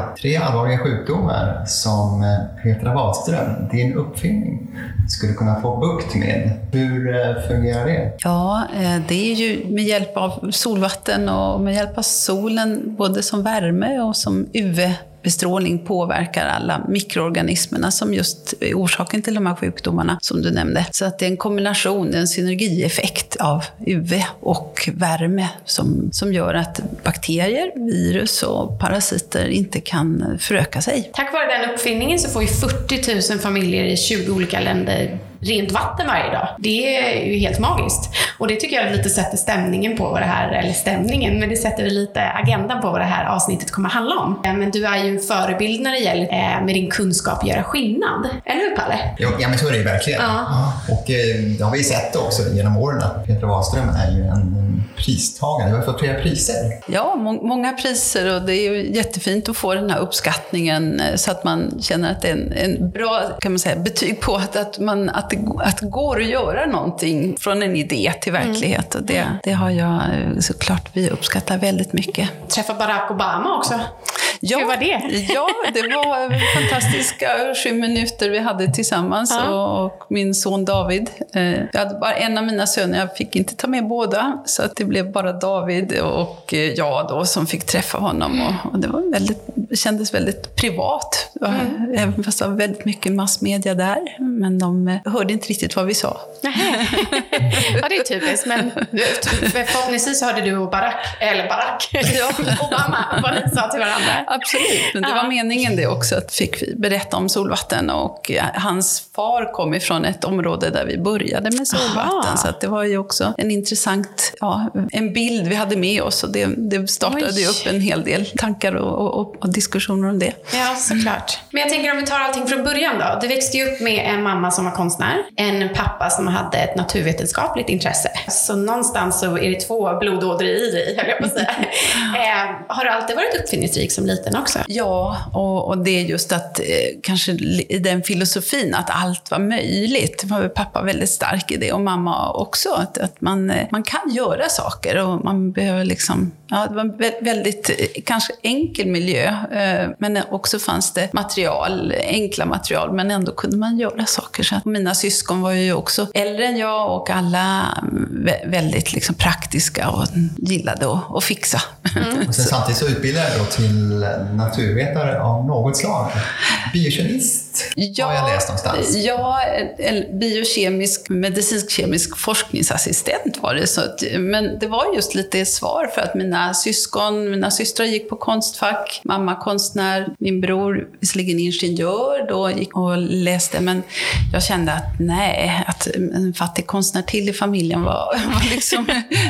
att 3 allvarliga sjukdomar som Petra Wahlström, din uppfinning, skulle kunna få bukt med. Hur fungerar det? Ja, det är ju med hjälp av solvatten och med hjälp av solen, både som värme och som UV-bestrålning påverkar alla mikroorganismerna som just är orsaken till de här sjukdomarna som du nämnde. Så att det är en kombination, en synergieffekt av UV och värme som gör att bakterier, virus och parasiter inte kan föröka sig. Tack vare den uppfinningen så får ju 40 000 familjer i 20 olika länder rent vatten varje dag. Det är ju helt magiskt. Och det tycker jag lite sätter stämningen på vad det här, eller stämningen, men det sätter lite agendan på vad det här avsnittet kommer handla om. Men du är ju en förebild när det gäller med din kunskap göra skillnad. Eller hur, Palle? Ja, men så är det ju verkligen. Ja. Och det har vi sett också genom åren att Petra Wahlström är ju en pristagare. Du har fått flera priser. Ja, många priser, och det är ju jättefint att få den här uppskattningen så att man känner att det är en bra, kan man säga, betyg på att det går att göra någonting från en idé till verklighet. Och det har jag såklart vi uppskattar väldigt mycket. Träffa Barack Obama också. Ja, hur var det? Ja, det var fantastiska 7 minuter vi hade tillsammans och min son David. Jag hade bara en av mina söner, jag fick inte ta med båda, så att det blev bara David och jag då som fick träffa honom. Och det var det kändes väldigt privat. Även fast det var väldigt mycket massmedia där, men de hörde inte riktigt vad vi sa. Ja, det är typiskt, men förhoppningsvis hörde du och Barack Obama vad ni sa till varandra. Absolut, men det var meningen det också, att fick vi berätta om solvatten, och hans far kom ifrån ett område där vi började med solvatten. Så att det var ju också en intressant en bild vi hade med oss, och det startade ju upp en hel del tankar och diskussioner om det. Ja, såklart. Men jag tänker om vi tar allting från början då. Du växte ju upp med en mamma som var konstnär, en pappa som hade ett naturvetenskapligt intresse. Så någonstans så är det 2 blodådror i dig, höll jag på att säga. Har du alltid varit uppfinningsrik som liten också? Ja, och det är just att kanske i den filosofin att allt var möjligt. Det var pappa väldigt stark i det, och mamma också. Att man kan göra saker, och man behöver liksom... Ja, det var en väldigt kanske enkel miljö, men också fanns det enkla material, men ändå kunde man göra saker. Så att mina syskon var ju också äldre än jag, och alla väldigt liksom praktiska och gillade att fixa. Och sen samtidigt så utbildade jag då till naturvetare av något slag. Biokemist har jag läst någonstans. Ja, en medicinsk-kemisk forskningsassistent var det. Så att, men det var just lite svar för att mina systrar gick på konstfack, mamma konstnär, min bror visserligen ingenjör då, gick och läste, men jag kände att en fattig konstnär till i familjen var liksom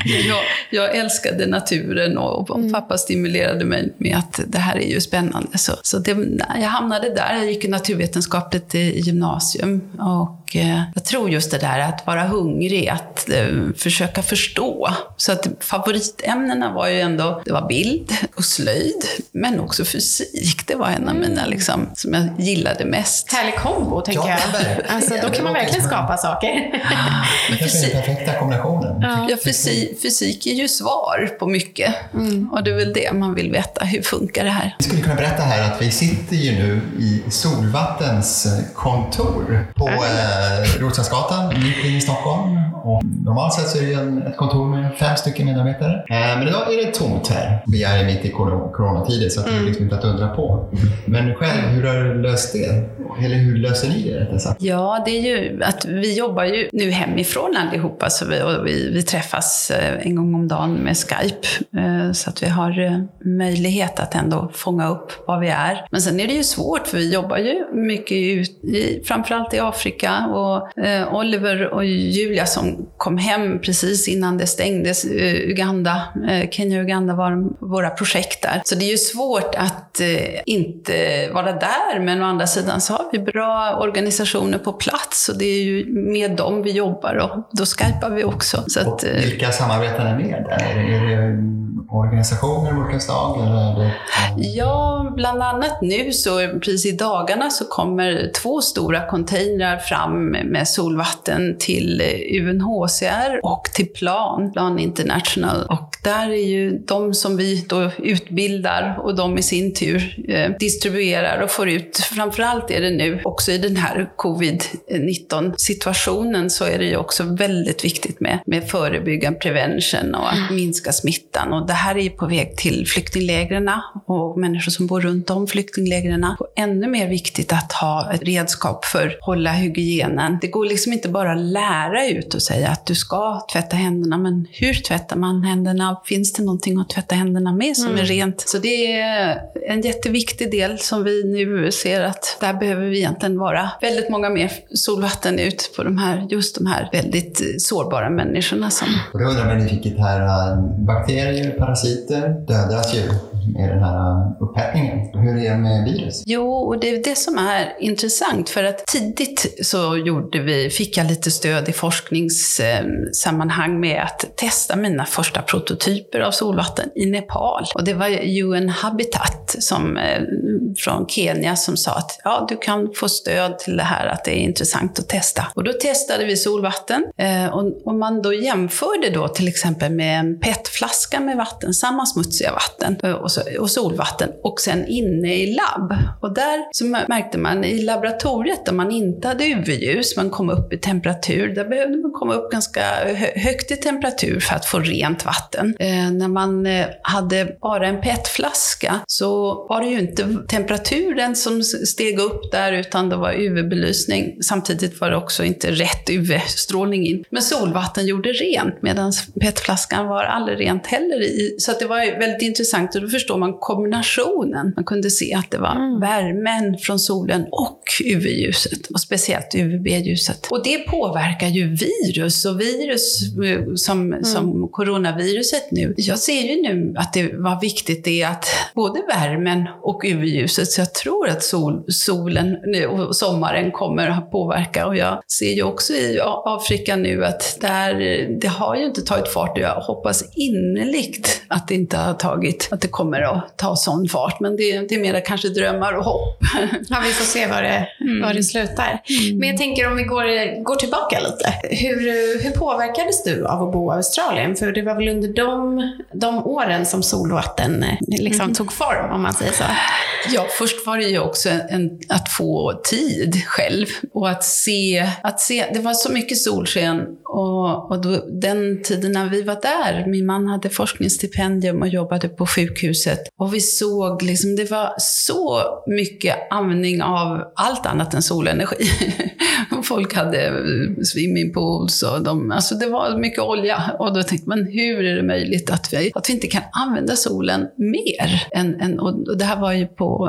jag älskade naturen, och pappa stimulerade mig med att det här är ju spännande, så jag hamnade där. Jag gick i naturvetenskapligt i gymnasium, och jag tror just det där att vara hungrig, att försöka förstå. Så att favoritämnena var ju ändå, det var bild och slöjd, men också fysik. Det var en av mina liksom, som jag gillade mest. Härlig kombo, tänker jag. Alltså, då kan man verkligen skapa saker. Det kanske är den perfekta kombinationen. Ja, fysik är ju svar på mycket. Och det är väl det man vill veta. Hur funkar det här? Vi skulle kunna berätta här att vi sitter ju nu i Solvattens kontor på Roslagsgatan, mitt i Stockholm. Och normalt sett så är det ett kontor med 5 stycken medarbetare. Men idag är det tomt här. Vi är mitt i coronatider, så att det är liksom inte att undra på. Men själv, hur har du löst det? Eller hur löser ni det? Ja, det är ju att vi jobbar ju nu hemifrån allihopa, så vi träffas en gång om dagen med Skype, så att vi har möjlighet att ändå fånga upp vad vi är. Men sen är det ju svårt, för vi jobbar ju mycket framförallt i Afrika, och Oliver och Julia som kom hem precis innan det stängdes, Kenya och Uganda var våra projekt där. Så det är ju svårt att inte vara där, men å andra sidan så har vi bra organisationer på plats, och det är ju med dem vi jobbar, och då skypar vi också. Så att, vilka samarbetar ni med? Är det organisationer av olika slag? Eller Ja, bland annat nu så precis i dagarna så kommer 2 stora containrar fram med solvatten till UNHCR och till Plan International. Och där är ju de som vi då utbildar och de i sin tur distribuerar och får ut. Framförallt är det nu också i den här covid-19-situationen så är det ju också väldigt viktigt med förebyggande prevention och att minska smittan. Och det här är ju på väg till flyktinglägren och människor som bor runt om flyktinglägren. Och ännu mer viktigt att ha ett redskap för att hålla hygienen. Det går liksom inte bara att lära ut och säga att du ska tvätta händerna, men hur tvättar man händerna? Finns det någonting att tvätta händerna med som är rent? Så det är en jätteviktig del som vi nu ser att där behöver vi egentligen vara väldigt många mer solvatten ut på de här väldigt sårbara människorna. Och då undrar man nyfiket här, bakterier, parasiter dödas ju med den här upphettningen. Hur är det med virus? Jo, och det är det som är intressant för att tidigt så fick jag lite stöd i forskningssammanhang med att testa mina första prototyper av solvatten i Nepal. Och det var UN Habitat från Kenya som sa att du kan få stöd till det här, att det är intressant att testa. Och då testade vi solvatten och man då jämförde då till exempel med en PET-flaska med vatten, samma smutsiga vatten och solvatten och sen inne i labb. Och där så märkte man i laboratoriet där man inte hade UV-ljus, man kom upp i temperatur, där behövde man komma upp ganska högt i temperatur för att få rent vatten. När man hade bara en PET-flaska så var det ju inte temperaturen som steg upp där utan det var UV-belysning. Samtidigt var det också inte rätt UV-strålning in. Men solvatten gjorde rent medan PET-flaskan var aldrig rent heller i. Så att det var väldigt intressant och då förstår man kombinationen. Man kunde se att det var värmen från solen och UV-ljuset och speciellt UVB-ljuset. Och det påverkar ju virus och virus som coronaviruset nu. Jag ser ju nu att det var viktigt det att både värmen och UV-ljuset, så jag tror att solen och sommaren kommer att påverka. Och jag ser ju också i Afrika nu att det har ju inte tagit fart. Jag hoppas innerligt att det inte har att det kommer att ta sån fart. Men det är mer kanske drömmar och hopp. Ja, vi får se var det slutar. Men jag tänker om vi går tillbaka lite. Hur påverkades du av att bo i Australien? För det var väl under de åren som solvatten liksom tog form, om man säger så. Ja, först var det ju också att få tid själv och att se. Det var så mycket solsken och då, den tiden när vi var där, min man hade forskningsstipendium och jobbade på sjukhuset och vi såg liksom, det var så mycket användning av allt annat än solenergi. Folk hade swimmingpools och det var mycket olja och då tänkte man, hur är det möjligt att vi inte kan använda solen mer och det här var ju på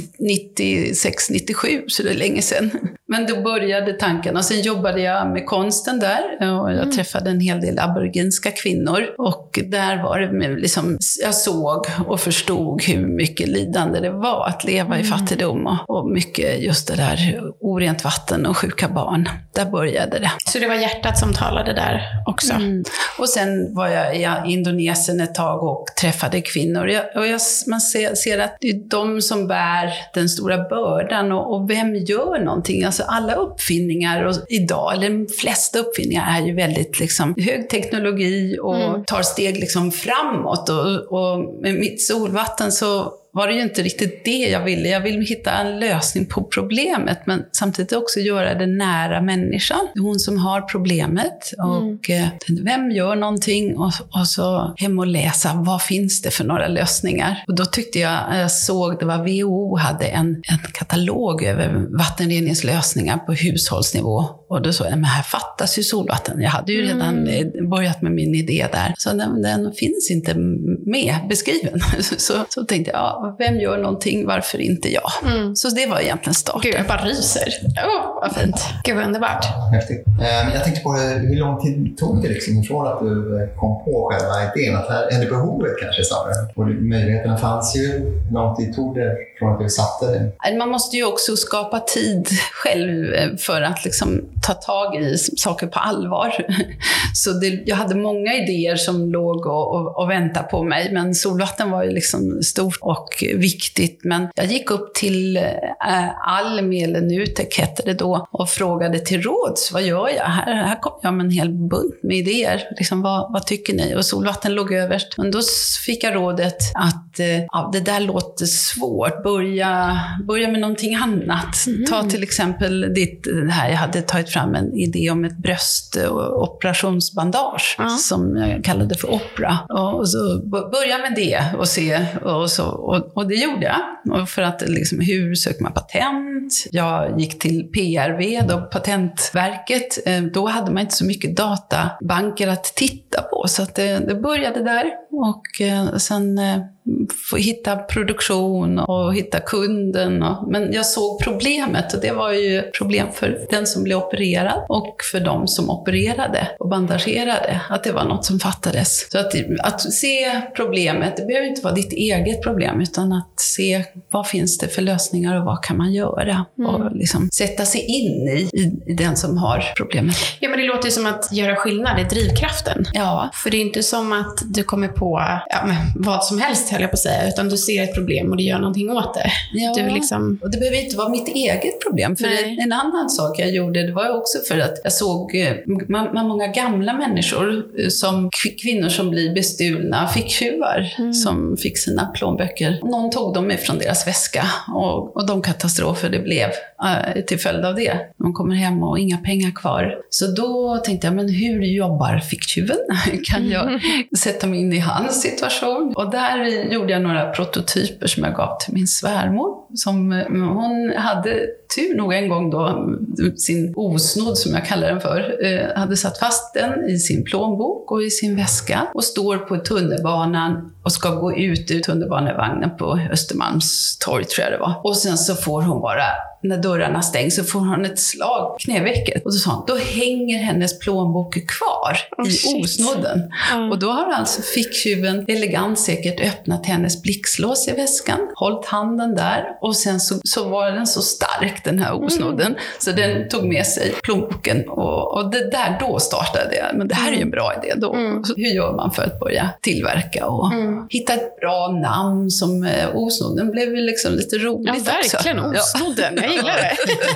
96-97, så det är länge sedan. Men då började tanken och sen jobbade jag med konsten där och jag träffade en hel del aboriginska kvinnor och där var det liksom, jag såg och förstod hur mycket lidande det var att leva i fattigdom och mycket just det där orent vatten och sjuka barn. Där började det. Så det var hjärtat som talade där också? Och sen var jag i Indonesien ett tag och träffade kvinnor. Man ser att det är de som bär den stora bördan och vem gör någonting? Alltså alla uppfinningar idag, eller de flesta uppfinningar är ju väldigt liksom hög teknologi och tar steg liksom framåt och med mitt solvatten så var det ju inte riktigt det jag ville. Jag ville hitta en lösning på problemet men samtidigt också göra det nära människan. Hon som har problemet och vem gör någonting och så hem och läsa vad finns det för några lösningar. Och då tyckte jag såg det var WHO hade en katalog över vattenreningslösningar på hushållsnivå och då såg jag, men här fattas ju solvatten. Jag hade ju redan börjat med min idé där. Så den finns inte med beskriven. Så tänkte jag, vem gör någonting, varför inte jag? Så det var egentligen starten. Gud, jag bara ryser. Vad fint. Gud, vad underbart. Häftigt. Jag tänkte på hur lång tid tog det liksom ifrån att du kom på själva idén, att här, eller behovet kanske snarare, och möjligheterna fanns ju. Hur lång tid tog det från att du satte det? Man måste ju också skapa tid själv för att liksom ta tag i saker på allvar. Så jag hade många idéer som låg och väntade på mig, men solvatten var ju liksom stort och viktigt. Men jag gick upp till Almi eller Nutek hette det då och frågade till råds, vad gör jag? Här kom jag med en hel bunt med idéer. Liksom, vad tycker ni? Och solvatten låg överst. Men då fick jag rådet att det där låter svårt. Börja med någonting annat. Ta till exempel det här, jag hade tagit fram en idé om ett bröstoperationsbandage som jag kallade för Opera. Och så börja med det och se. Och det gjorde jag. Och för att liksom, hur söker man patent? Jag gick till PRV, då, Patentverket. Då hade man inte så mycket databanker att titta på. Så att det började där. Och sen få hitta produktion och hitta kunden. Men jag såg problemet, och det var ju problem för den som blev opererad och för de som opererade och bandagerade, att det var något som fattades. Så att se problemet, det behöver inte vara ditt eget problem, utan att se vad finns det för lösningar och vad kan man göra och liksom sätta sig in i den som har problemet. Ja, men det låter ju som att göra skillnad i drivkraften. Ja. För det är inte som att du kommer på vad som helst, höll jag på att säga, utan du ser ett problem och du gör någonting åt det. Ja, du liksom... och det behöver inte vara mitt eget problem. För en annan sak jag gjorde, det var också för att jag såg många gamla människor, som kvinnor som blir bestulna, ficktjuvar som fick sina plånböcker. Någon tog dem ifrån deras väska och de katastrofer det blev till följd av det. De kommer hem och inga pengar kvar. Så då tänkte jag, men hur jobbar ficktjuven? Kan jag sätta mig in i hans situation? Och där gjorde jag några prototyper som jag gav till min svärmor. Hon hade tur nog en gång då, sin osnodd som jag kallar den för, hade satt fast den i sin plånbok och i sin väska och står på tunnelbanan och ska gå ut ur tunnelbanevagnen på Östermalmstorg, tror jag det var. Och sen så får hon bara, när dörrarna stängs, så får hon ett slag i knävecket. Och så sa hon, då hänger hennes plånbok kvar i osnodden. Och då har alltså ficktjuven elegant säkert öppnat hennes blixtlås i väskan, hållit handen där, och sen så var den så stark, den här osnodden, så den tog med sig plånboken. Och det där, då startade jag. Men det här är ju en bra idé då. Så hur gör man för att börja tillverka och hitta ett bra namn som osnodden blev liksom lite roligt också. Ja, verkligen. Osnodden. Jag gillar det.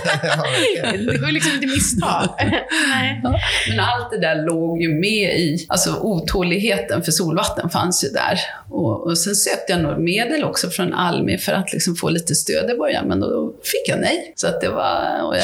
Det går liksom inte misstag. Nej. Ja, men allt det där låg ju med i, alltså otåligheten för solvatten fanns ju där. Och sen sökte jag några medel också från Almi för att liksom få lite stöd i början, men då fick jag nej. Så att det var, och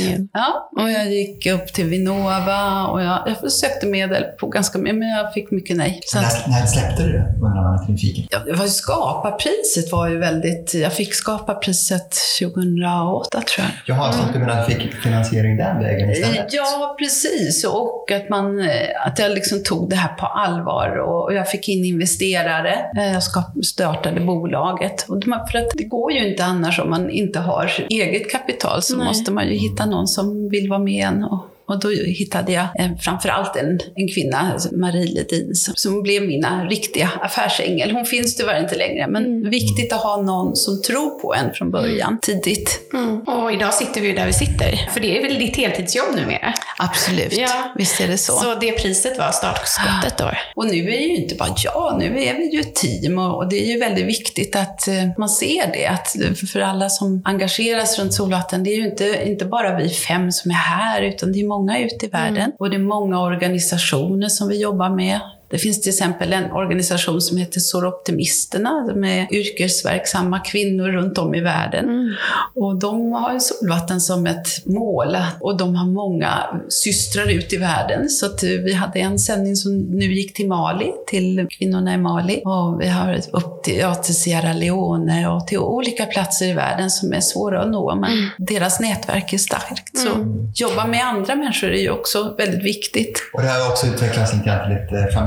jag gick upp till Vinnova och jag sökte medel på ganska mycket, men jag fick mycket nej. Så när släppte du det? Det var ju skaparpriset var ju väldigt, jag fick skaparpriset 2008, tror jag. Jaha, så att du menar att du fick finansiering den vägen istället? Ja, precis. Och att jag liksom tog det här på allvar och jag fick in investerare. Jag startade bolaget. Och för att det går ju inte annars om man inte har eget kapital, så måste man ju hitta någon som vill vara med en. Och då hittade jag framförallt en kvinna, Marie Ledin, som blev mina riktiga affärsängel. Hon finns tyvärr inte längre, men viktigt att ha någon som tror på en från början, tidigt. Och idag sitter vi ju där vi sitter. För det är väl ditt heltidsjobb numera? Absolut, visst är det så. Så det priset var startskottet då? Och nu är det ju inte bara nu är vi ju ett team, och det är ju väldigt viktigt att man ser det. Att för alla som engageras runt solvatten, det är ju inte bara vi 5 som är här, utan det är många ute i världen. Och det är många organisationer som vi jobbar med. Det finns till exempel en organisation som heter Soroptimisterna, med yrkesverksamma kvinnor runt om i världen. Och de har ju solvatten som ett mål, och de har många systrar ut i världen. Så att vi hade en sändning som nu gick till Mali, till kvinnorna i Mali. Och vi har upp till Sierra Leone och till olika platser i världen som är svåra att nå. Men deras nätverk är starkt. Så jobba med andra människor är ju också väldigt viktigt. Och det har också utvecklats lite familj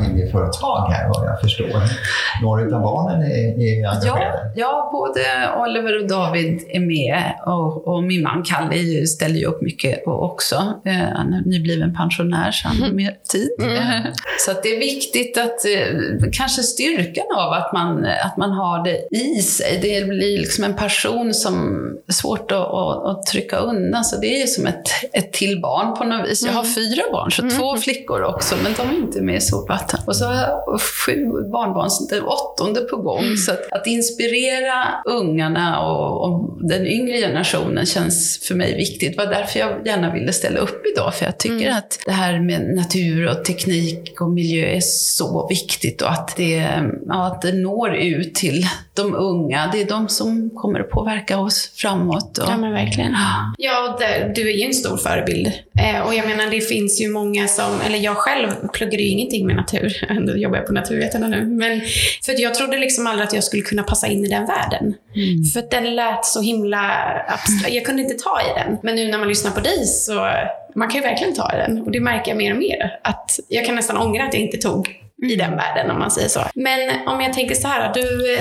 familjeföretag här, vad jag förstår. Några av barnen är engagerade. Ja, både Oliver och David är med och min man Kalle ställer ju upp mycket också. Han är nybliven pensionär så han har mer tid. Så att det är viktigt att kanske styrkan av att man har det i sig. Det blir liksom en passion som är svårt att trycka undan. Så det är ju som ett till barn på något vis. Jag har 4 barn, så 2 flickor också, men de är inte med i Solvatten. Och så har jag 7 barnbarn, så det är 8:e på gång. Så att inspirera ungarna och den yngre generationen känns för mig viktigt. Det var därför jag gärna ville ställa upp idag, för jag tycker att det här med natur och teknik och miljö är så viktigt, och att det når ut till de unga. Det är de som kommer att påverka oss framåt. Ja, men verkligen. Ja, du är ju en stor förebild. Och jag menar, det finns ju många eller jag själv pluggar ju ingenting med natur. Ändå jobbar jag på Naturvetarna nu. Men för jag trodde liksom aldrig att jag skulle kunna passa in i den världen. För att den lät så himla abstrakt. Jag kunde inte ta i den. Men nu när man lyssnar på dig så man kan ju verkligen ta i den. Och det märker jag mer och mer. Att jag kan nästan ångra att jag inte tog i den världen, om man säger så. Men om jag tänker så här,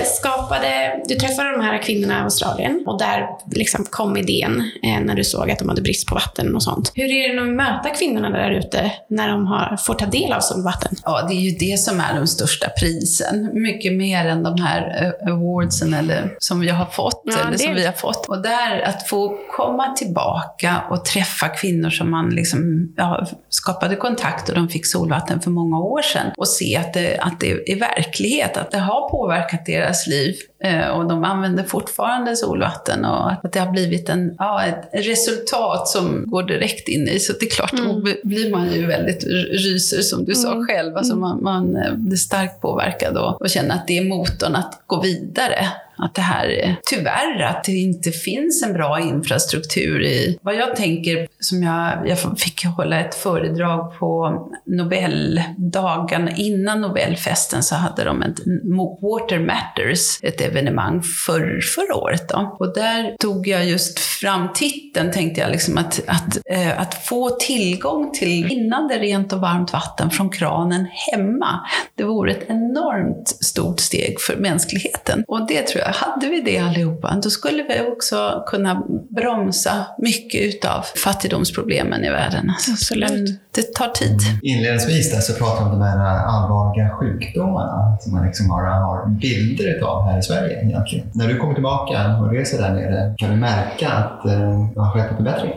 du träffade de här kvinnorna i Australien och där liksom kom idén när du såg att de hade brist på vatten och sånt. Hur är det att möta kvinnorna där ute när de får ta del av solvatten? Ja, det är ju det som är den största prisen. Mycket mer än de här awardsen som vi har fått som vi har fått. Och där att få komma tillbaka och träffa kvinnor som man liksom skapade kontakt och de fick solvatten för många år sedan och se att det är verklighet, att det har påverkat deras liv och de använder fortfarande solvatten och att det har blivit ett resultat som går direkt in i. Så det är klart, då blir man ju väldigt ryser som du sa själv. Alltså man blir starkt påverkad och känner att det är motorn att gå vidare. Att det här, tyvärr, att det inte finns en bra infrastruktur i vad jag tänker, som jag fick hålla ett föredrag på Nobeldagen innan Nobelfesten, så hade de ett Water Matters, ett evenemang förra året då. Och där tog jag just fram titeln, tänkte jag liksom att få tillgång till rinnande rent och varmt vatten från kranen hemma. Det vore ett enormt stort steg för mänskligheten. Och det tror jag, hade vi det allihopa, då skulle vi också kunna bromsa mycket utav fattigdomsproblemen i världen. Absolut. Men det tar tid. Inledningsvis där så pratar vi om de här allvarliga sjukdomarna som man liksom har bilder av här i Sverige egentligen. När du kommer tillbaka och reser där nere, kan du märka att det har skett en förbättring?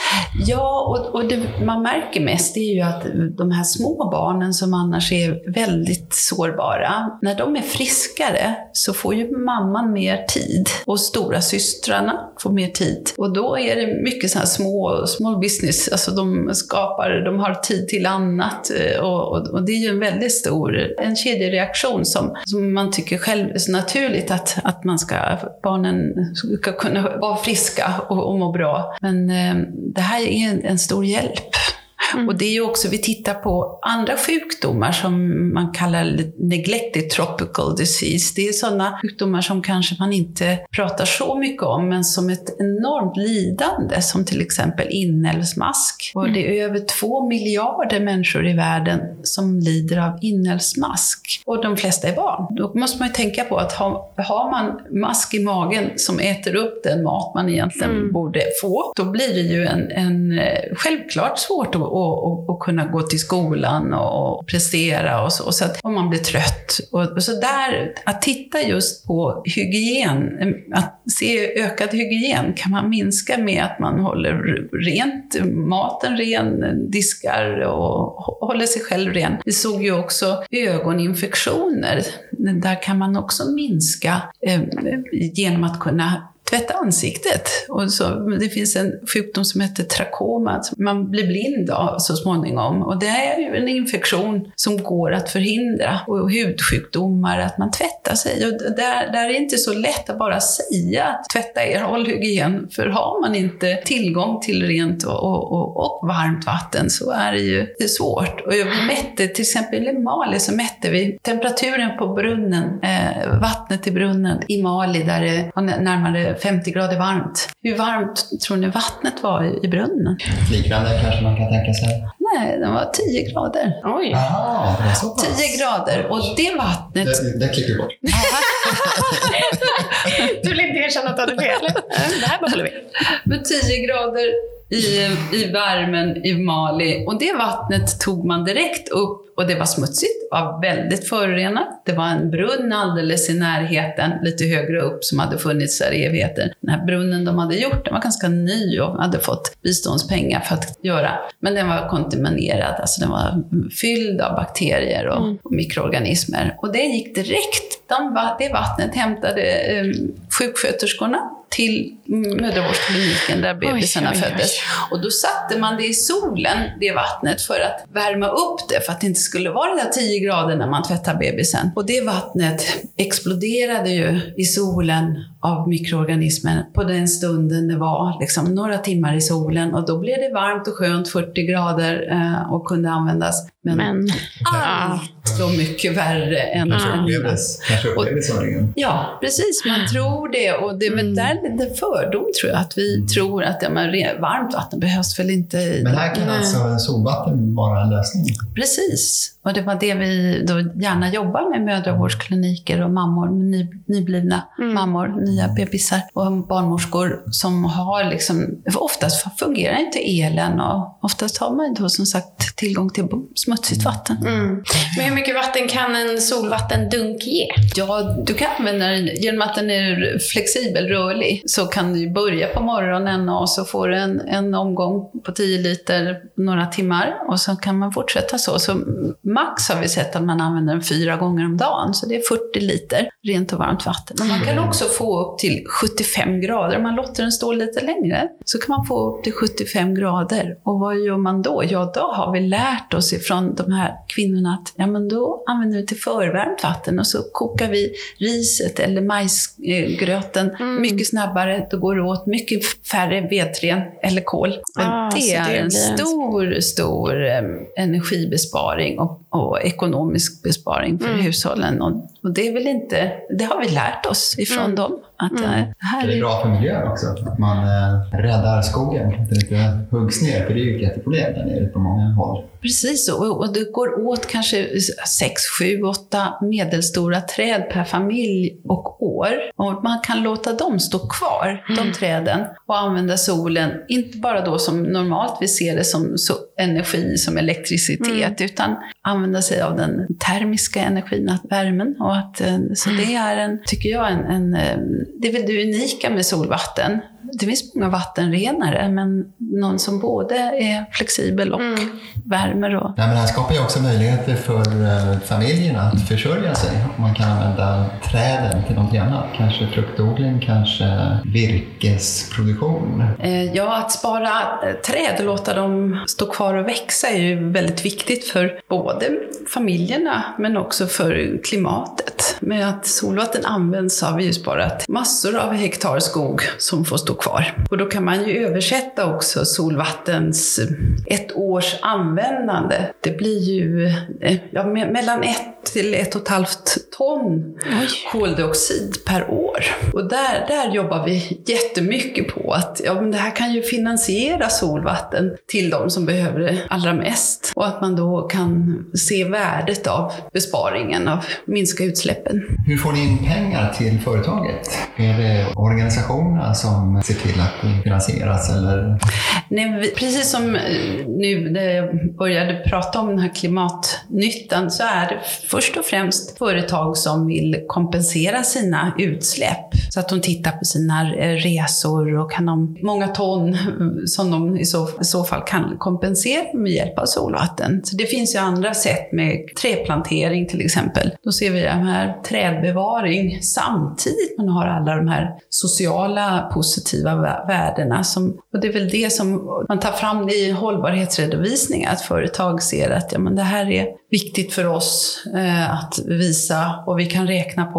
Ja, och det man märker mest är ju att de här små barnen som annars är väldigt sårbara, när de är friskare så får ju mamman mer tid och stora systrarna får mer tid. Och då är det mycket så här small business, alltså de har tid till annat och det är ju en väldigt stor kedjereaktion som man tycker själv är så naturligt att barnen ska kunna vara friska och må bra. Men det här är en stor hjälp. Och det är ju också, vi tittar på andra sjukdomar som man kallar neglected tropical disease. Det är sådana sjukdomar som kanske man inte pratar så mycket om, men som ett enormt lidande, som till exempel inälvsmask. Och det är över 2 miljarder människor i världen som lider av inälvsmask. Och de flesta är barn. Då måste man ju tänka på att har man mask i magen som äter upp den mat man egentligen borde få, då blir det ju en självklart svårt att kunna gå till skolan och prestera och så att om man blir trött. Och så där, att titta just på hygien, att se ökad hygien, kan man minska med att man håller rent, maten ren, diskar och håller sig själv ren. Vi såg ju också ögoninfektioner. Där kan man också minska genom att kunna tvätta ansiktet. Och så, det finns en sjukdom som heter trakoma. Man blir blind av så småningom. Och det är ju en infektion som går att förhindra. Och hudsjukdomar, att man tvättar sig. Och där är det inte så lätt att bara säga att tvätta håll hygien. För har man inte tillgång till rent och varmt vatten så är det är svårt. Och vi mätte, till exempel i Mali så mätte vi temperaturen på brunnen, vattnet i brunnen i Mali där det var närmare 50 grader varmt. Hur varmt tror ni vattnet var i brunnen? Liknande kanske man kan tänka sig? Nej, den var 10 grader. Oj. Aha, det var så pass. 10 grader. Och det vattnet... Det klickar bort. Du vill inte erkänna att du hade fel. Det här behåller vi. Med 10 grader i värmen i Mali. Och det vattnet tog man direkt upp. Och det var smutsigt, var väldigt förorenat. Det var en brunn alldeles i närheten, lite högre upp, som hade funnits där i evigheter. Den här brunnen de hade gjort, den var ganska ny och hade fått biståndspengar för att göra. Men den var kontaminerad, alltså den var fylld av bakterier och mikroorganismer. Och det gick direkt, det vattnet hämtade sjuksköterskorna till mödravårdskliniken där bebisarna föddes. Och då satte man det i solen, det vattnet, för att värma upp det, för att det inte skulle vara det där 10 grader när man tvättar bebisen. Och det vattnet exploderade ju i solen av mikroorganismer på den stunden det var liksom några timmar i solen, och då blev det varmt och skönt, 40 grader och kunde användas. Men så mycket värre än Kanske upplevdes som ringen. Ja, precis. Man tror det. Och det är väl där det fördom, tror jag. Att vi tror att varmt vatten behövs väl inte. Men här kan alltså solvatten vara en lösning? Precis. Och det var det vi då gärna jobbar med mödravårdskliniker och mammor, med nyblivna mammor, nya bebisar och barnmorskor som har liksom, oftast fungerar inte elen och oftast har man då som sagt tillgång till smutsigt vatten. Men hur mycket vatten kan en solvattendunk ge? Ja, du kan använda den genom att den är flexibel, rörlig, så kan du börja på morgonen och så får du en omgång på 10 liter några timmar och så kan man fortsätta så. Så max har vi sett att man använder den 4 gånger om dagen, så det är 40 liter rent och varmt vatten. Men man kan också få upp till 75 grader. Om man låter den stå lite längre så kan man få upp till 75 grader. Och vad gör man då? Ja, då har vi lärt oss ifrån de här kvinnorna att men då använder vi till förvärmt vatten och så kokar vi riset eller majsgröten mycket snabbare. Då går det åt mycket färre vedträn eller kol. Det är en stor energibesparing och ekonomisk besparing för hushållen. Och det är väl inte, det har vi lärt oss ifrån dem. Att det här är bra för miljön också, att man räddar skogen, att det inte huggs ner, för det är ju ett jätteproblem där nere på många håll. Precis, och det går åt kanske 6, 7, 8 medelstora träd per familj och år. Och man kan låta dem stå kvar, de träden, och använda solen, inte bara då som normalt vi ser det som energi, som elektricitet, utan använda sig av den termiska energin, värmen. Och att, så det är tycker jag, det är väl det unika med solvatten. Det finns många vattenrenare, men någon som både är flexibel och värmer. Och... Ja, men det här skapar ju också möjligheter för familjerna att försörja sig. Man kan använda träden till något annat. Kanske fruktodling, kanske virkesproduktion. Ja, att spara träd och låta dem stå kvar och växa är ju väldigt viktigt för både familjerna men också för klimatet. Med att solvatten används har vi ju sparat massor av hektar skog som får stå kvar. Och då kan man ju översätta också solvattens 1 års användande. Det blir ju mellan 1 till 1,5 ton koldioxid per år. Och där jobbar vi jättemycket på att men det här kan ju finansiera solvatten till de som behöver det allra mest. Och att man då kan se värdet av besparingen, av minska utsläppen. Hur får ni in pengar till företaget? Är det organisationerna som ser till att det finansieras? Eller? Nej, precis som nu när jag började prata om den här klimatnyttan, så är det först och främst företag som vill kompensera sina utsläpp. Så att de tittar på sina resor och kan de många ton som de i så fall kan kompensera med hjälp av solvatten. Så det finns ju andra sätt med trädplantering till exempel. Då ser vi den här trädbevaring samtidigt man har alla de här sociala positiva värdena. Och det är väl det som man tar fram i hållbarhetsredovisningar, att företag ser att men det här är viktigt för oss att visa och vi kan räkna på det.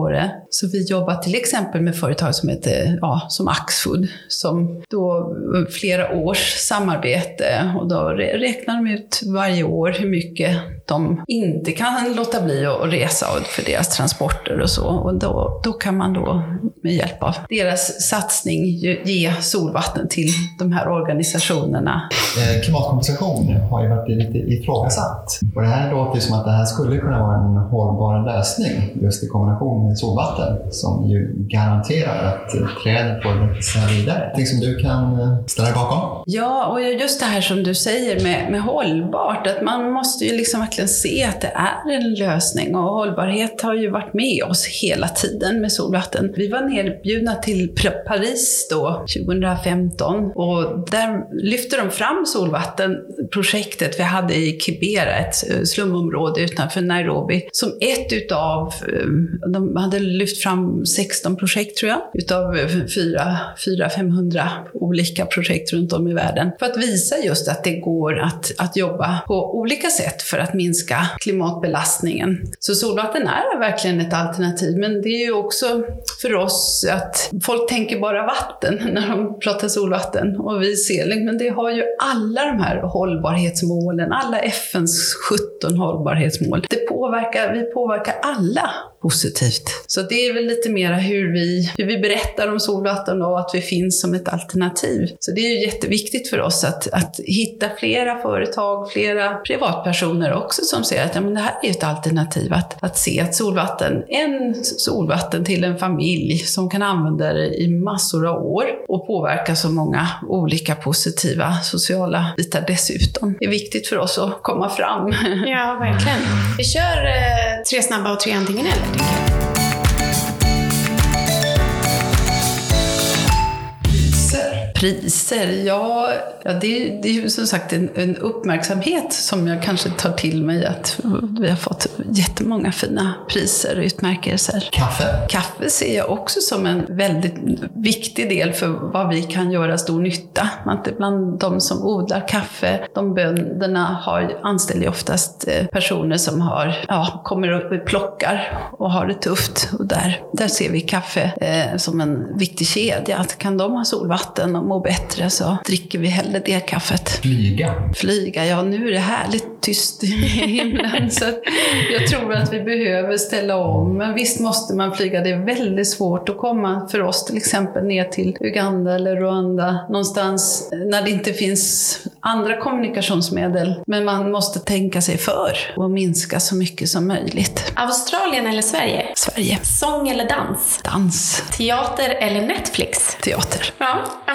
Så vi jobbar till exempel med företag som heter, som Axfood, som då flera års samarbete, och då räknar de ut varje år hur mycket de inte kan låta bli att resa för deras transporter och så. Och då kan man då med hjälp av deras satsning ge solvatten till de här organisationerna. Klimatkompensation har ju varit lite ifrågasatt. Och det här låter som att det här skulle kunna vara en hållbar lösning just i kombination med solvatten som ju garanterar att träden får växa vidare. Det som du kan ställa dig bakom? Ja, och just det här som du säger med hållbart, att man måste ju liksom verkligen se att det är en lösning, och hållbarhet har ju varit med oss hela tiden med solvatten. Vi var nerbjudna till Paris då 2015, och där lyfte de fram solvattenprojektet vi hade i Kibera, ett slumområde utanför Nairobi, som ett utav, de hade lyft fram 16 projekt tror jag, utav 400-500 olika projekt runt om i världen, för att visa just att det går att jobba på olika sätt för att minska klimatbelastningen. Så solvatten är verkligen ett alternativ, men det är ju också för oss att folk tänker bara vatten när de pratar solvatten, och vi ser, men det har ju alla de här hållbarhetsmålen, alla FNs 17 hållbarhetsmål. Vi påverkar alla positivt. Så det är väl lite mer hur vi berättar om solvatten och att vi finns som ett alternativ. Så det är ju jätteviktigt för oss att hitta flera företag, flera privatpersoner också som säger att men det här är ett alternativ. Att se att solvatten till en familj som kan använda det i massor av år och påverka så många olika positiva sociala bitar dessutom. Det är viktigt för oss att komma fram. Ja, verkligen. Vi kör 3 snabba och 3 antingen eller, tänker jag. Priser, ja det är ju som sagt en uppmärksamhet som jag kanske tar till mig, att vi har fått jättemånga fina priser och utmärkelser. Kaffe ser jag också som en väldigt viktig del för vad vi kan göra stor nytta. Att bland de som odlar kaffe, de bönderna anställer oftast personer som kommer och plockar och har det tufft. Och där ser vi kaffe som en viktig kedja. Att kan de ha solvatten och må bättre, så dricker vi hellre det kaffet. Flyga, ja nu är det härligt tyst i himlen, så jag tror att vi behöver ställa om. Men visst måste man flyga, det är väldigt svårt att komma för oss till exempel ner till Uganda eller Rwanda, någonstans när det inte finns andra kommunikationsmedel. Men man måste tänka sig för och minska så mycket som möjligt. Australien eller Sverige? Sverige. Sång eller dans? Dans. Teater eller Netflix? Teater. Ja, men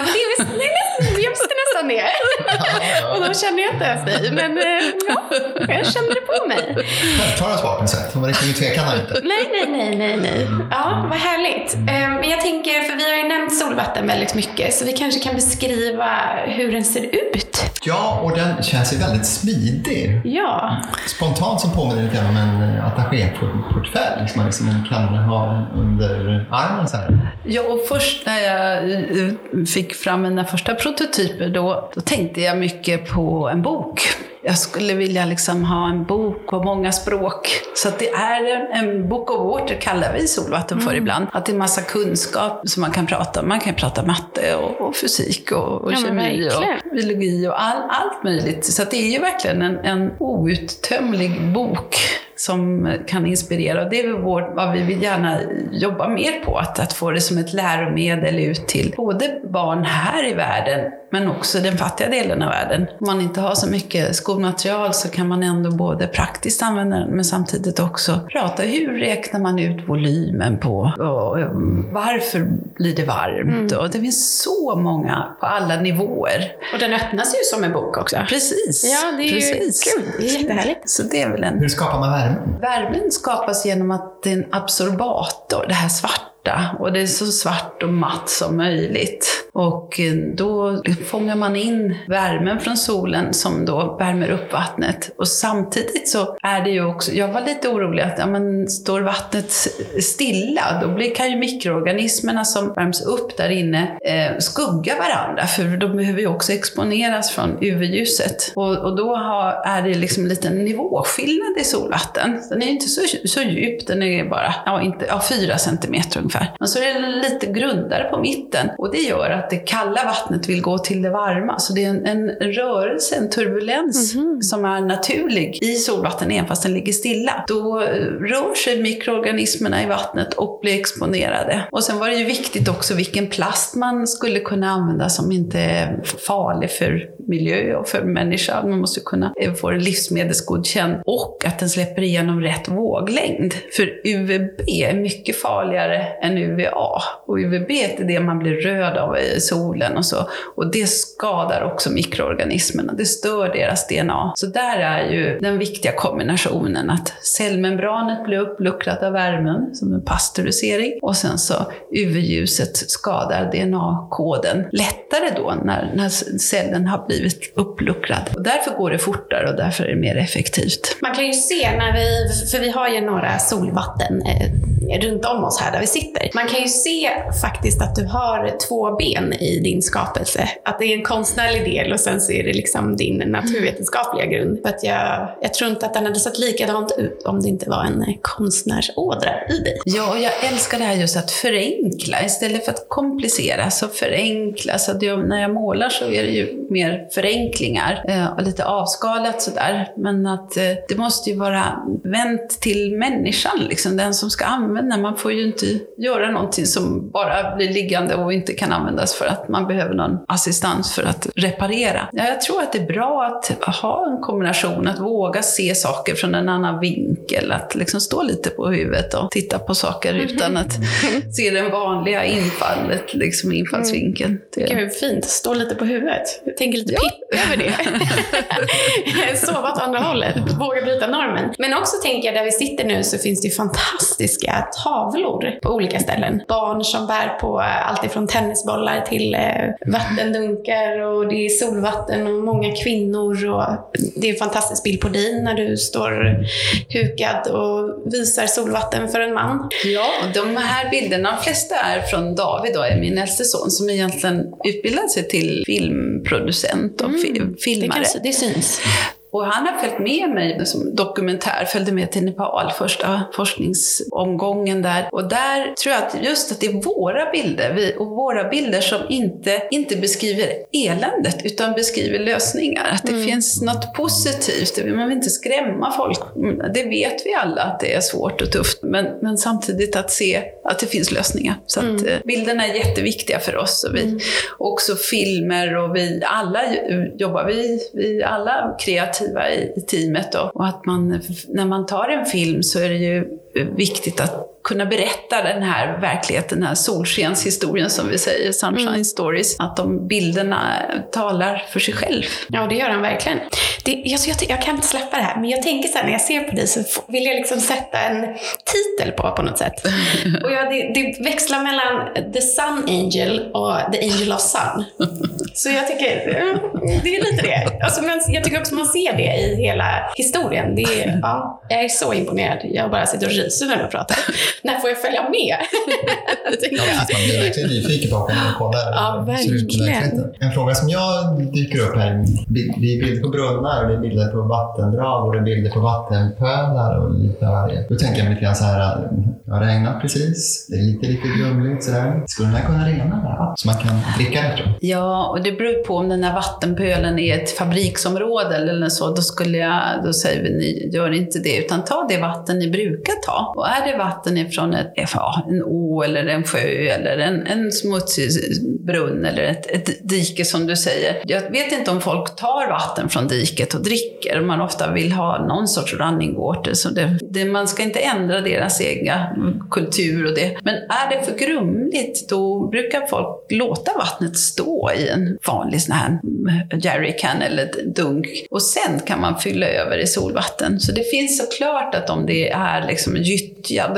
jag visste nästan det. Och då känner jag inte ens dig. Men jag kände det på mig. Ta oss bakom sätt. Man riktigt tvekar inte. Nej. Ja, vad härligt. Men jag tänker, för vi har ju nämnt solvatten väldigt mycket, så vi kanske kan beskriva hur den ser ut. Ja, och den känns ju väldigt smidig. Ja. Spontant som påminner lite om en attachéportfölj som man liksom kan ha under armen så här. Ja, och först när jag fick fram mina första prototyper då tänkte jag mycket på en bok. Jag skulle vilja liksom ha en bok på många språk. Så att det är en book of water kallar vi solvatten för ibland. Att det är en massa kunskap som man kan prata om. Man kan prata matte och fysik och kemi och biologi och allt möjligt. Så att det är ju verkligen en outtömlig bok som kan inspirera. Och det är vad vi vill gärna jobba mer på. Att få det som ett läromedel ut till både barn här i världen men också den fattiga delen av världen. Om man inte har så mycket skolmaterial så kan man ändå både praktiskt använda den men samtidigt också prata hur räknar man ut volymen på och varför blir det varmt. Och det finns så många på alla nivåer. Och den öppnas ju som en bok också. Precis. Ja, det är ju kul. Det är jättehärligt. Så det är väl Hur skapar man värmen? Värmen skapas genom att det är en absorbator, det här svarta. Och det är så svart och matt som möjligt. Och då fångar man in värmen från solen som då värmer upp vattnet. Och samtidigt så är det ju också, jag var lite orolig att står vattnet stilla, då kan ju mikroorganismerna som värms upp där inne skugga varandra, för de behöver ju också exponeras från UV-ljuset. Och då är det liksom en liten nivåskillnad i solvatten. Den är ju inte så djup, den är bara 4 centimeter ungefär. Men så är det lite grundare på mitten, och det gör att det kalla vattnet vill gå till det varma. Så det är en rörelse, en turbulens som är naturlig i solvatten även fast den ligger stilla. Då rör sig mikroorganismerna i vattnet och blir exponerade. Och sen var det ju viktigt också vilken plast man skulle kunna använda som inte är farlig för miljö och för människa. Man måste kunna få en livsmedelsgodkänd och att den släpper igenom rätt våglängd. För UVB är mycket farligare än UVA. Och UVB är det man blir röd av i solen och så. Och det skadar också mikroorganismerna. Det stör deras DNA. Så där är ju den viktiga kombinationen att cellmembranet blir uppluckrat av värmen som en pasteurisering. Och sen så UV-ljuset skadar DNA-koden lättare då när cellen har blivit uppluckrad. Och därför går det fortare och därför är det mer effektivt. Man kan ju se för vi har ju några solvatten runt om oss här där vi sitter. Man kan ju se faktiskt att du har 2 ben i din skapelse. Att det är en konstnärlig del och sen så är det liksom din naturvetenskapliga grund. För att jag tror inte att den hade sett likadant ut om det inte var en konstnärsådra i dig. Ja, och jag älskar det här just att förenkla istället för att komplicera, så förenkla. Så att när jag målar så är det ju mer förenklingar och lite avskalat sådär. Men att det måste ju vara vänt till människan, liksom, den som ska använda. Man får ju inte göra någonting som bara blir liggande och inte kan användas för att man behöver någon assistans för att reparera. Ja, jag tror att det är bra att ha en kombination, att våga se saker från en annan vinkel, att liksom stå lite på huvudet och titta på saker utan att se den vanliga infallet, liksom infallsvinkeln. Det är fint, stå lite på huvudet. Jag tänker lite pitt över det. Sova åt andra hållet, våga bryta normen. Men också tänker jag, där vi sitter nu så finns det ju fantastiska tavlor på olika ställen. Barn som bär på allt ifrån tennisbollar till vattendunkar, och det är solvatten och många kvinnor, och det är en fantastisk bild på dig när du står hukad och visar solvatten för en man. Ja, de här bilderna, de flesta är från David då, är min äldste son, som egentligen utbildade sig till filmproducent och filmare. Det syns. Och han har följt med mig som dokumentär, följde med till Nepal, första forskningsomgången där. Och där tror jag att just att det är våra bilder, och våra bilder som inte beskriver eländet utan beskriver lösningar. Att det finns något positivt, man vill inte skrämma folk. Det vet vi alla att det är svårt och tufft, men samtidigt att se att det finns lösningar. Så att bilderna är jätteviktiga för oss. Och vi också filmer, och vi alla jobbar vi alla kreativa i teamet då. Och att när man tar en film så är det ju viktigt att kunna berätta den här verkligheten, den här solskenshistorien som vi säger, sunshine stories, att de bilderna talar för sig själv. Ja, det gör den verkligen. Jag kan inte släppa det här, men jag tänker så här, när jag ser på dig så vill jag liksom sätta en titel på något sätt. Och det växlar mellan The Sun Angel och The Angel of Sun. Så jag tycker, det är lite det. Alltså, men jag tycker också man ser det i hela historien. Jag är så imponerad. Jag bara sitter och ryser när du pratar. När får jag följa med? Man blir verkligen nyfiken på när man kollar. Ja, verkligen. En fråga som jag dyker upp här, det är bilder på brunnar, och det är bilder på vattendrag, och det är bilder på vattenpölar och lite varje. Då tänker jag lite grann så här, det har regnat precis, det är lite grumligt sådär. Skulle den här kunna rena där? Så man kan dricka det, tror jag. Ja, och det beror på om den här vattenpölen är ett fabriksområde eller så, då säger vi, ni gör inte det, utan ta det vatten ni brukar ta. Och är det vatten ifrån en å eller en sjö eller en smutsig brunn eller ett dike som du säger. Jag vet inte om folk tar vatten från diket och dricker. Man ofta vill ha någon sorts running water. Så man ska inte ändra deras egna kultur och det. Men är det för grumligt, då brukar folk låta vattnet stå i en vanlig sån här jerrycan eller dunk. Och sen kan man fylla över i solvatten. Så det finns såklart att om det är liksom gyttja,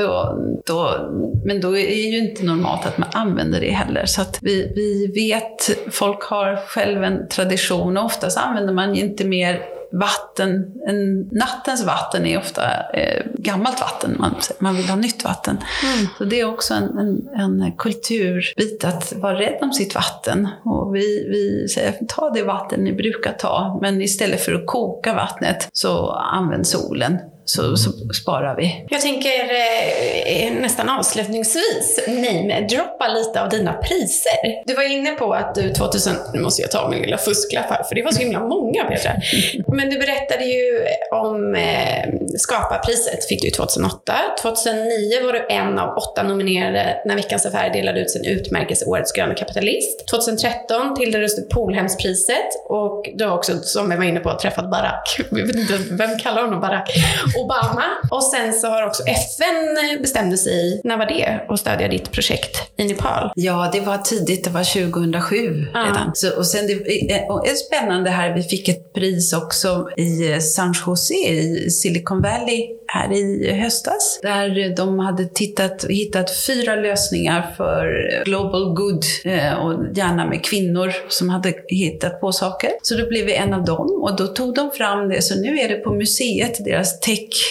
men då är ju inte normalt att man använder det heller. Så att vi vet, folk har själv en tradition och oftast använder man inte mer vatten. Nattens vatten är ofta gammalt vatten. Man vill ha nytt vatten. Så det är också en kulturbit att vara rädd om sitt vatten. Och vi säger, ta det vatten ni brukar ta, men istället för att koka vattnet så använd solen. Så sparar vi. Jag tänker nästan avslutningsvis droppa lite av dina priser. Du var inne på att du 2000, nu måste jag ta min lilla fusklapp här för det var så himla många, Petra. Men du berättade ju om Skaparpriset fick du 2008. 2009 var du en av 8 nominerade när Veckans Affärer delade ut sin utmärkelse Årets gröna kapitalist. 2013 tilldelades du Polhemspriset och du har också, som jag var inne på, träffat Barack. Jag vet inte, vem kallar honom Barack? Obama. Och sen så har också FN bestämde sig, när var det, att stödja ditt projekt i Nepal? Ja, det var tidigt, det var 2007 redan. Så, och sen det är spännande här, vi fick ett pris också i San Jose i Silicon Valley här i höstas, där de hade hittat 4 lösningar för global good och gärna med kvinnor som hade hittat på saker. Så då blev vi en av dem och då tog de fram det, så nu är det på museet, deras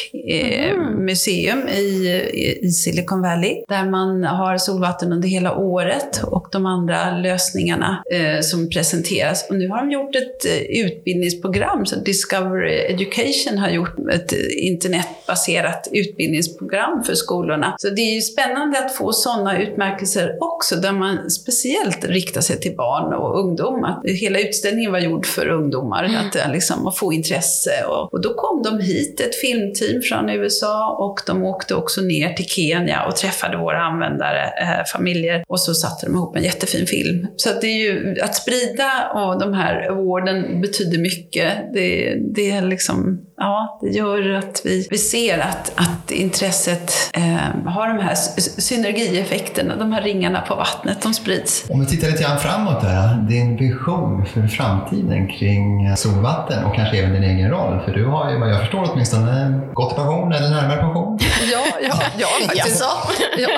museum i Silicon Valley, där man har solvatten under hela året och de andra lösningarna som presenteras. Och nu har de gjort ett utbildningsprogram, så Discovery Education har gjort ett internetbaserat utbildningsprogram för skolorna. Så det är ju spännande att få sådana utmärkelser också, där man speciellt riktar sig till barn och ungdomar. Hela utställningen var gjord för ungdomar, att få intresse. Och då kom de hit, ett filmteam från USA, och de åkte också ner till Kenya och träffade våra användare, familjer, och så satte de ihop en jättefin film. Så att det är ju att sprida, och de här aworden betyder mycket. Det är liksom, ja, det gör att vi ser att intresset har de här synergieffekterna, de här ringarna på vattnet, de sprids. Om vi tittar lite grann framåt där, din vision för framtiden kring solvatten och kanske även din egen roll, för du har ju, vad jag förstår åtminstone, gått i pension eller närmare pension. Ja, faktiskt. Ja.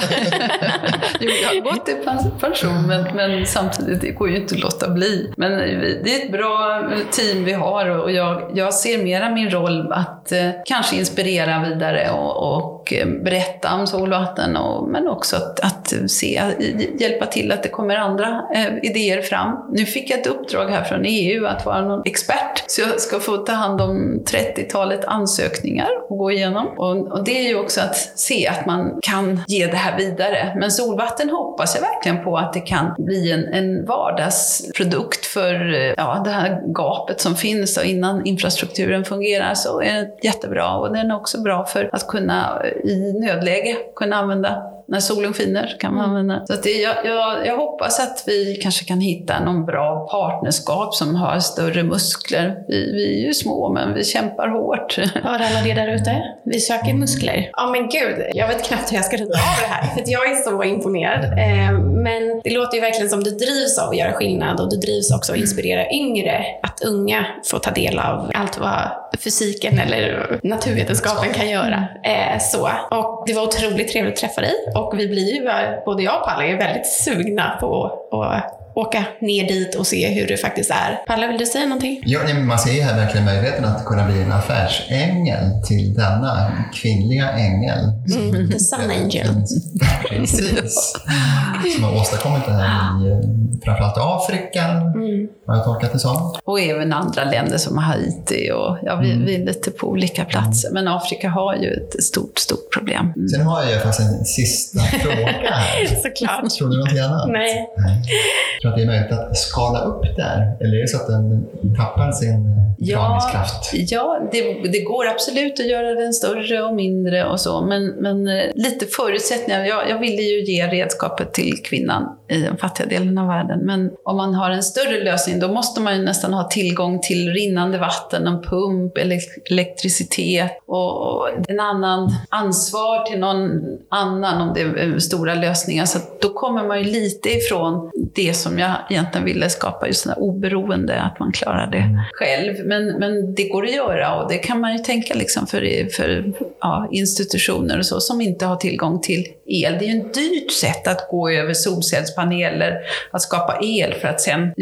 Jo, jag har gått i pension, men samtidigt, det går ju inte att låta bli. Men det är ett bra team vi har, och jag ser mera min roll att kanske inspirera vidare och berätta om solvatten, men också att hjälpa till att det kommer andra idéer fram. Nu fick jag ett uppdrag här från EU att vara någon expert, så jag ska få ta hand om 30-talet ansökningar och gå igenom. Och det är ju också att se att man kan ge det här vidare. Men solvatten hoppas jag verkligen på att det kan bli en vardagsprodukt för det här gapet som finns, och innan infrastrukturen fungerar så är det jättebra, och den är också bra för att kunna i nödläge kunna använda. När solen skiner kan man använda. Så att jag hoppas att vi kanske kan hitta någon bra partnerskap som har större muskler. Vi är ju små, men vi kämpar hårt. Hör alla det där ute? Vi söker muskler. Ja, men gud, jag vet knappt hur jag ska runda av det här. För jag är så imponerad. Men det låter ju verkligen som du drivs av att göra skillnad, och du drivs också av att inspirera yngre. Att unga får ta del av allt vad fysiken eller naturvetenskapen kan göra. Och det var otroligt trevligt att träffa dig. Och vi blir ju, både jag och Palle är väldigt sugna på att åka ner dit och se hur det faktiskt är. Palle, vill du säga någonting? Ja, man ser ju här verkligen möjligheten att kunna bli en affärsängel till denna kvinnliga ängel. The Sun Angel. Precis. Som har åstadkommit det här i framförallt Afrika. Har jag tolkat det som. Och även andra länder som Haiti, och vi är lite på olika platser. Men Afrika har ju ett stort problem. Sen har jag faktiskt en sista fråga här. Såklart. Tror du något annat? Nej. tror att det är möjligt att skala upp där? Eller är det så att den tappar sin dragningskraft? Ja, det går absolut att göra den större och mindre och så. Men lite förutsättningar. Jag ville ju ge redskapet till kvinnan i den fattiga delen av världen. Men om man har en större lösning, då måste man ju nästan ha tillgång till rinnande vatten, en pump, elektricitet och en annan ansvar till någon annan om det är stora lösningar. Så då kommer man ju lite ifrån det som jag egentligen ville skapa, just den här oberoende, att man klarar det själv. Men det går att göra, och det kan man ju tänka liksom för institutioner och så som inte har tillgång till el. Det är ju ett dyrt sätt att gå över solcellspaneler, att skapa el för att sen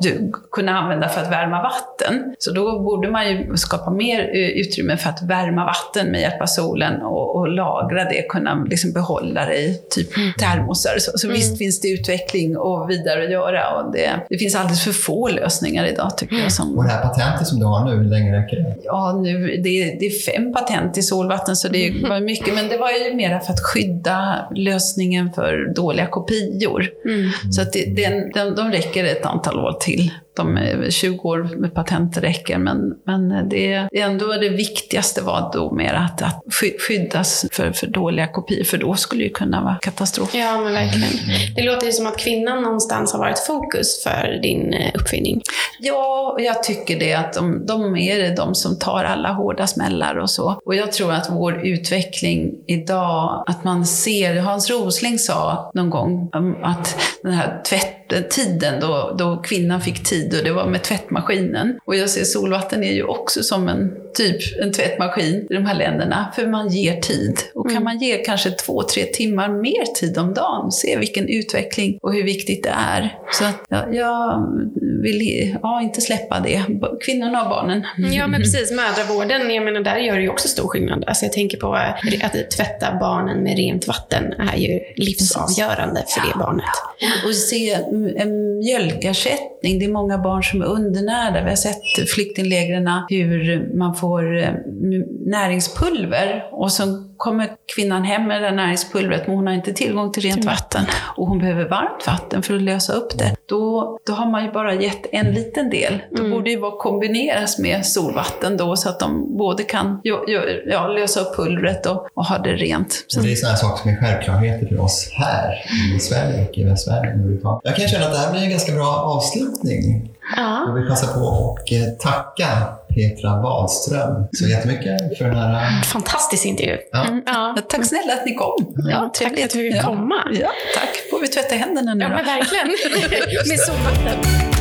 kunna använda för att värma vatten. Så då borde man ju skapa mer utrymme för att värma vatten med hjälp av solen och lagra det, kunna liksom behålla det i typ termosar. Så visst finns det utveckling och vidare att göra, och det finns alldeles för få lösningar idag, tycker jag. Och det här patentet som du har nu, hur länge räcker det? Ja, det är 5 patent i solvatten, så det var mycket, men det var ju mer för att skydda lösningen för dåliga kopior. Så att de räcker ett antal år till. De 20 år med patent räcker, men det är ändå det viktigaste var då mer att skyddas för dåliga kopior, för då skulle det kunna vara katastrof. Ja, men verkligen. Det låter ju som att kvinnan någonstans har varit fokus för din uppfinning. Ja, och jag tycker det, att de är de som tar alla hårda smällar och så. Och jag tror att vår utveckling idag, att man ser, Hans Rosling sa någon gång att den här tiden då kvinnan fick tid, och det var med tvättmaskinen. Och jag ser solvatten är ju också som en tvättmaskin i de här länderna, för man ger tid. Och kan man ge kanske 2-3 timmar mer tid om dagen, se vilken utveckling och hur viktigt det är. Så att jag vill inte släppa det. Kvinnorna och barnen. Ja, men precis. Mödravården, jag menar, där gör det ju också stor skillnad. Alltså jag tänker på att tvätta barnen med rent vatten är ju livsavgörande för det barnet. Och se en mjölkersättning. Det är många barn som är undernärda. Vi har sett flyktinglägren hur man får näringspulver, och så kommer kvinnan hem med det näringspulvret, men hon har inte tillgång till rent vatten, och hon behöver varmt vatten för att lösa upp det. Då har man ju bara gett en liten del. Då borde det ju kombineras med solvatten då, så att de både kan lösa upp pulvret och ha det rent. Så det är sådana saker som är självklarheter för oss här i Sverige och i Västsverige. Jag kan känna att det här blir en ganska bra avslutning. Ja. Jag vill passa på och tacka Petra Wahlström så jättemycket för den här... Fantastisk intervju. Ja. Tack snälla att ni kom. Ja, tack att du fick komma. Ja, tack. Får vi tvätta händerna nu då? Ja, men verkligen. Med solvatten.